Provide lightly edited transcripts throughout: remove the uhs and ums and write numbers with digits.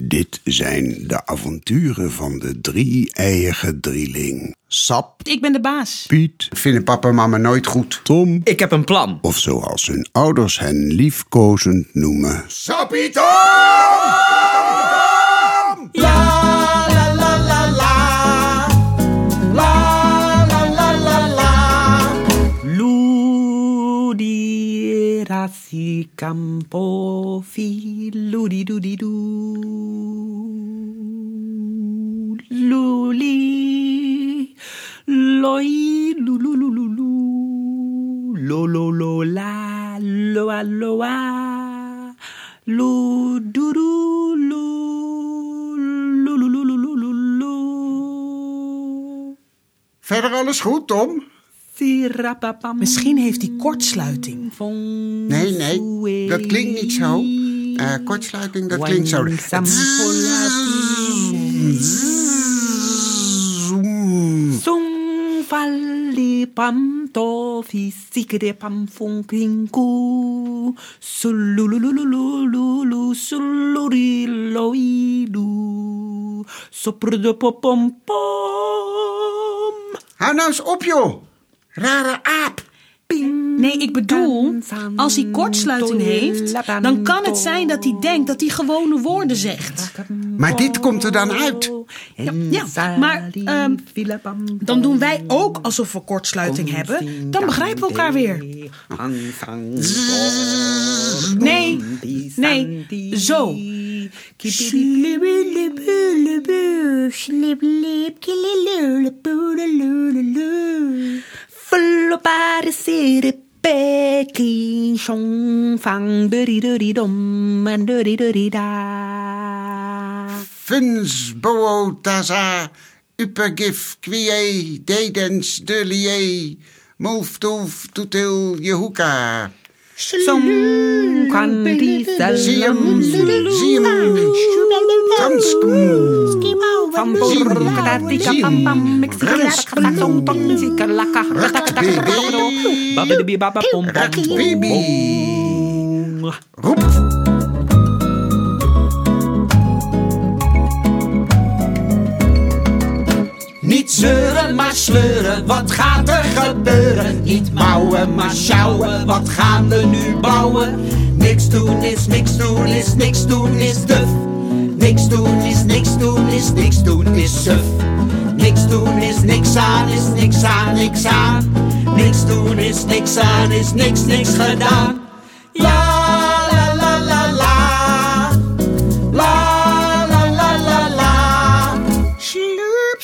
Dit zijn de avonturen van de drie-eiige drieling. Sap. Ik ben de baas. Piet. Vinden papa en mama nooit goed. Tom. Ik heb een plan. Of zoals hun ouders hen liefkozend noemen. Sappie Tom! La la la la la. La la la la la. Ludi rasi campo fi ludi dudi do. Luli loi lulululu. Lo la loa loa. Lu du du lu. Verder alles goed, Tom? Misschien heeft hij kortsluiting. Nee, dat klinkt niet zo. Kortsluiting, dat klinkt zo. Song falli pam to fisikere pam fong kringu sulululululu suluriloidu soperde popom pom. Hou nou eens op, joh. Rare aap. Nee, ik bedoel, als hij kortsluiting heeft, dan kan het zijn dat hij denkt dat hij gewone woorden zegt. Maar dit komt er dan uit. Ja, maar dan doen wij ook alsof we kortsluiting hebben. Dan begrijpen we elkaar weer. Nee, zo. Funsboo taza, upergif quie, dedens dulie, mulftoef tutil jehuka. Som kan die Ziem, transkum. van borrelkatika pam pam Baby. Roep. Niet zeuren, maar sleuren, wat gaat er gebeuren? Niet mouwen, maar sjouwen, wat gaan we nu bouwen? Niks doen is niks doen is niks doen is duf. Niks doen is niks doen is niks doen is suf. Niks doen is niks aan is niks aan niks aan. Niks doen is niks aan is niks gedaan. La la la la la. La la la la la. Sloep,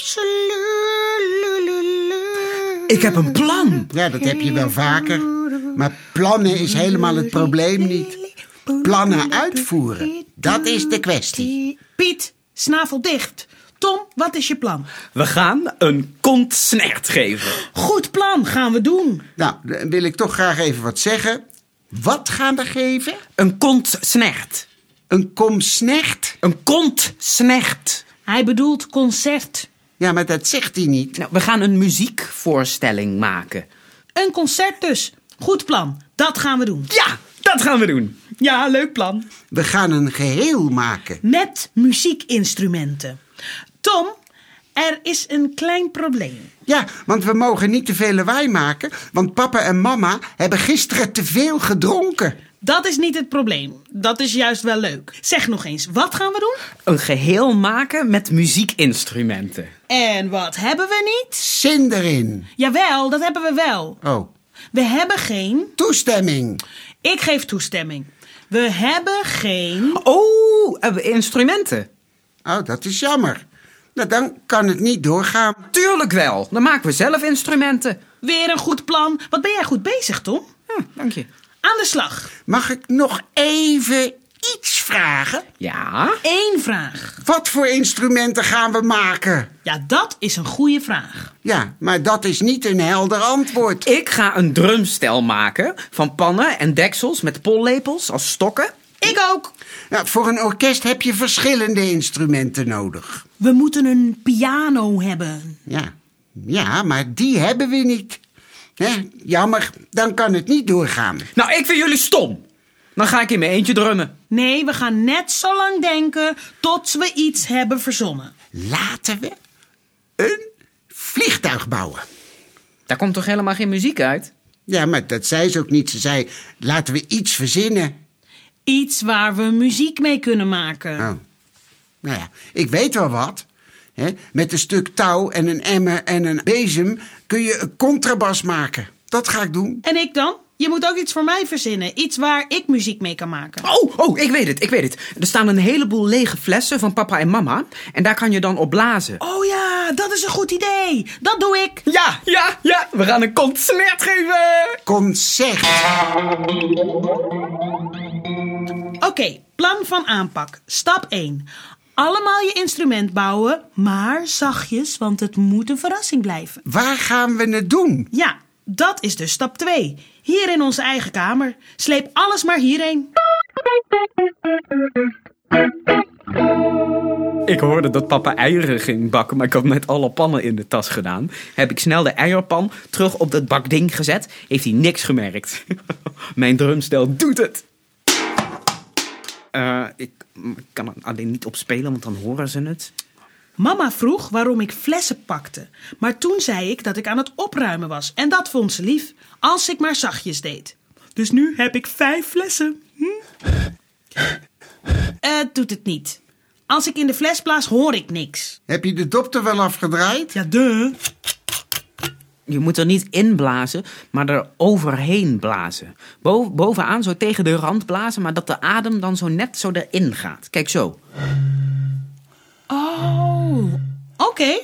Ik heb een plan. Ja, dat heb je wel vaker. Maar plannen is helemaal het probleem niet. Plannen uitvoeren, dat is de kwestie. Piet, snavel dicht. Tom, wat is je plan? We gaan een kontsnert geven. Goed plan, gaan we doen. Nou, dan wil ik toch graag even wat zeggen. Wat gaan we geven? Een kontsnert. Een komsnecht? Een kontsnert. Hij bedoelt concert. Ja, maar dat zegt hij niet. Nou, we gaan een muziekvoorstelling maken. Een concert dus. Goed plan, dat gaan we doen. Ja, dat gaan we doen. Ja, leuk plan. We gaan een geheel maken. Met muziekinstrumenten. Tom, er is een klein probleem. Ja, want we mogen niet te veel lawaai maken, want papa en mama hebben gisteren te veel gedronken. Dat is niet het probleem. Dat is juist wel leuk. Zeg nog eens, wat gaan we doen? Een geheel maken met muziekinstrumenten. En wat hebben we niet? Zin erin. Jawel, dat hebben we wel. Oh, We hebben geen... toestemming. Ik geef toestemming. We hebben geen... Oh, instrumenten. Oh, dat is jammer. Nou, dan kan het niet doorgaan. Tuurlijk wel. Dan maken we zelf instrumenten. Weer een goed plan. Wat ben jij goed bezig, Tom? Dank je. Aan de slag. Mag ik nog even iets vragen? Ja? 1 vraag. Wat voor instrumenten gaan we maken? Ja, dat is een goede vraag. Ja, maar dat is niet een helder antwoord. Ik ga een drumstel maken van pannen en deksels met pollepels als stokken. Ik ook. Nou, voor een orkest heb je verschillende instrumenten nodig. We moeten een piano hebben. Ja, maar die hebben we niet. Hè? Jammer, dan kan het niet doorgaan. Nou, ik vind jullie stom. Dan ga ik in mijn eentje drummen. Nee, we gaan net zo lang denken tot we iets hebben verzonnen. Laten we een vliegtuig bouwen. Daar komt toch helemaal geen muziek uit? Ja, maar dat zei ze ook niet. Ze zei, laten we iets verzinnen. Iets waar we muziek mee kunnen maken. Oh. Nou ja, ik weet wel wat. Met een stuk touw en een emmer en een bezem kun je een contrabas maken. Dat ga ik doen. En ik dan? Je moet ook iets voor mij verzinnen. Iets waar ik muziek mee kan maken. Oh, ik weet het. Er staan een heleboel lege flessen van papa en mama. En daar kan je dan op blazen. Oh ja, dat is een goed idee. Dat doe ik. Ja. We gaan een concert geven. Concert. Oké, plan van aanpak. Stap 1. Allemaal je instrument bouwen, maar zachtjes, want het moet een verrassing blijven. Waar gaan we het doen? Ja, dat is dus stap 2. Hier in onze eigen kamer. Sleep alles maar hierheen. Ik hoorde dat papa eieren ging bakken, maar ik had net alle pannen in de tas gedaan. Heb ik snel de eierpan terug op dat bakding gezet. Heeft hij niks gemerkt. Mijn drumstel doet het. Ik kan er alleen niet op spelen, want dan horen ze het. Mama vroeg waarom ik flessen pakte. Maar toen zei ik dat ik aan het opruimen was. En dat vond ze lief, als ik maar zachtjes deed. Dus nu heb ik 5 flessen. Doet het niet. Als ik in de fles blaas, hoor ik niks. Heb je de dop er wel afgedraaid? Ja, duh. Je moet er niet in blazen, maar er overheen blazen. Bovenaan zo tegen de rand blazen, maar dat de adem dan zo net zo erin gaat. Kijk zo. Oh, oké.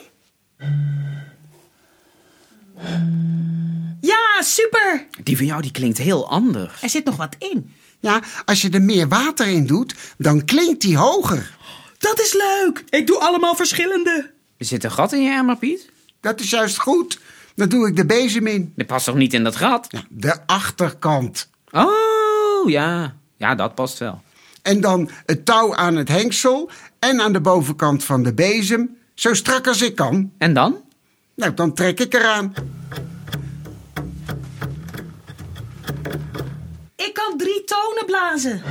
Ja, super. Die van jou die klinkt heel anders. Er zit nog wat in. Ja, als je er meer water in doet, dan klinkt die hoger. Dat is leuk. Ik doe allemaal verschillende. Er zit een gat in je emmer, Piet? Dat is juist goed. Dan doe ik de bezem in. Dat past toch niet in dat gat? Ja, de achterkant. Oh, ja. Ja, dat past wel. En dan het touw aan het hengsel en aan de bovenkant van de bezem. Zo strak als ik kan. En dan? Nou, dan trek ik eraan. Ik kan 3 tonen blazen.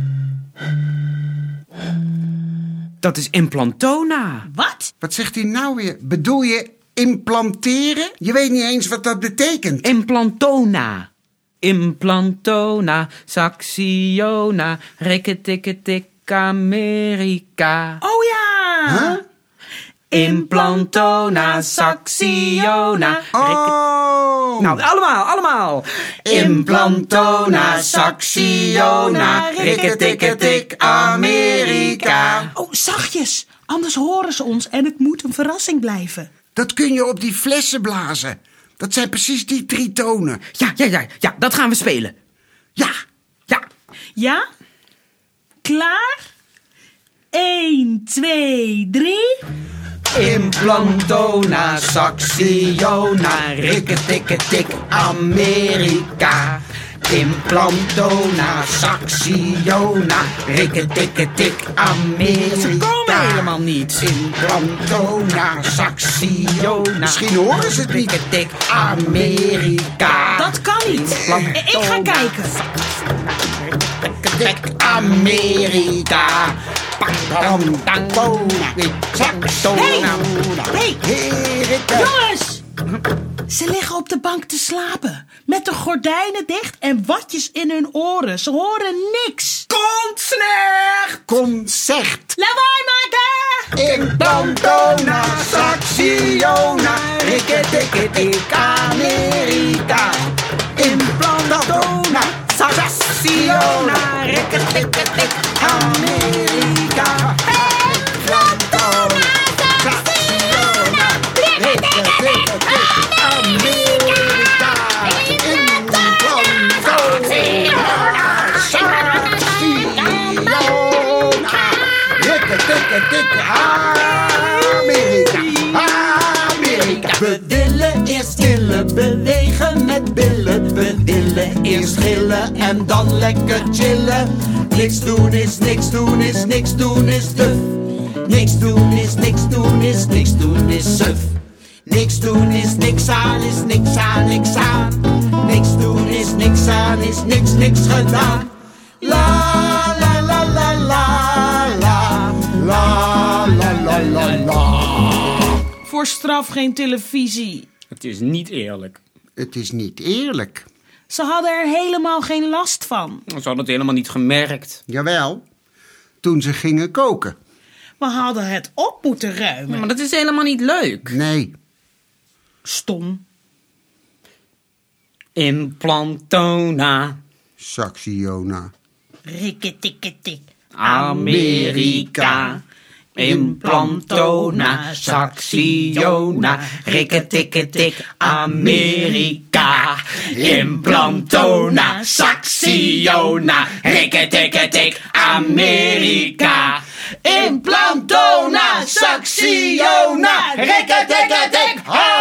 Dat is implantona. Wat? Wat zegt hij nou weer? Bedoel je implanteren? Je weet niet eens wat dat betekent. Implantona. Implantona, Saxiona, rikketikketik, Amerika. Oh ja. Huh? Implantona, Saxiona, Oh! Nou, allemaal. Implantona, Saxiona, rikketikketik, Amerika. Oh, zachtjes. Anders horen ze ons en het moet een verrassing blijven. Dat kun je op die flessen blazen. Dat zijn precies die 3 tonen. Ja, dat gaan we spelen. Ja. Ja? Klaar? 1, 2, 3. Implantona, Saxiona, rikketikketik, Amerika. Implantona, Saxiona, rikketikketik, Amerika. Ze komen helemaal niet. Implantona, Saxiona. Misschien horen ze het niet. Rikketik, Amerika. Dat kan niet. Ik ga kijken. Rikketik, Amerika. Implantona, Saxiona. Hey, jongens! Ze liggen op de bank te slapen. Met de gordijnen dicht en watjes in hun oren. Ze horen niks. Concert. Lawaai maken! Implantona, Saxiona, rikketikketik, Amerika. Implantona, Saxiona, rikketikketik, Amerika. Implantona, Saxiona, rikketikketik, Amerika. Implantona, Saxiona, rikketikketik, Amerika. We willen eerst chillen, bewegen met billen. We willen eerst gillen en dan lekker chillen. Niks doen is niks doen is niks doen is duf. Niks doen is niks doen is niks doen is suf. Niks doen is niks aan is niks aan niks aan. Niks doen is niks aan is niks gedaan. La la la la la la. Voor straf geen televisie. Het is niet eerlijk. Het is niet eerlijk. Ze hadden er helemaal geen last van. Ze hadden het helemaal niet gemerkt. Jawel, toen ze gingen koken. We hadden het op moeten ruimen. Maar dat is helemaal niet leuk. Nee, Stom. Implantona, Saxiona. Rikketikketik. Amerika. Implantona, Saxiona, rikketikketik, Amerika. Implantona, Saxiona, rikketikketik, Amerika. Implantona, Saxiona, rikketikketik,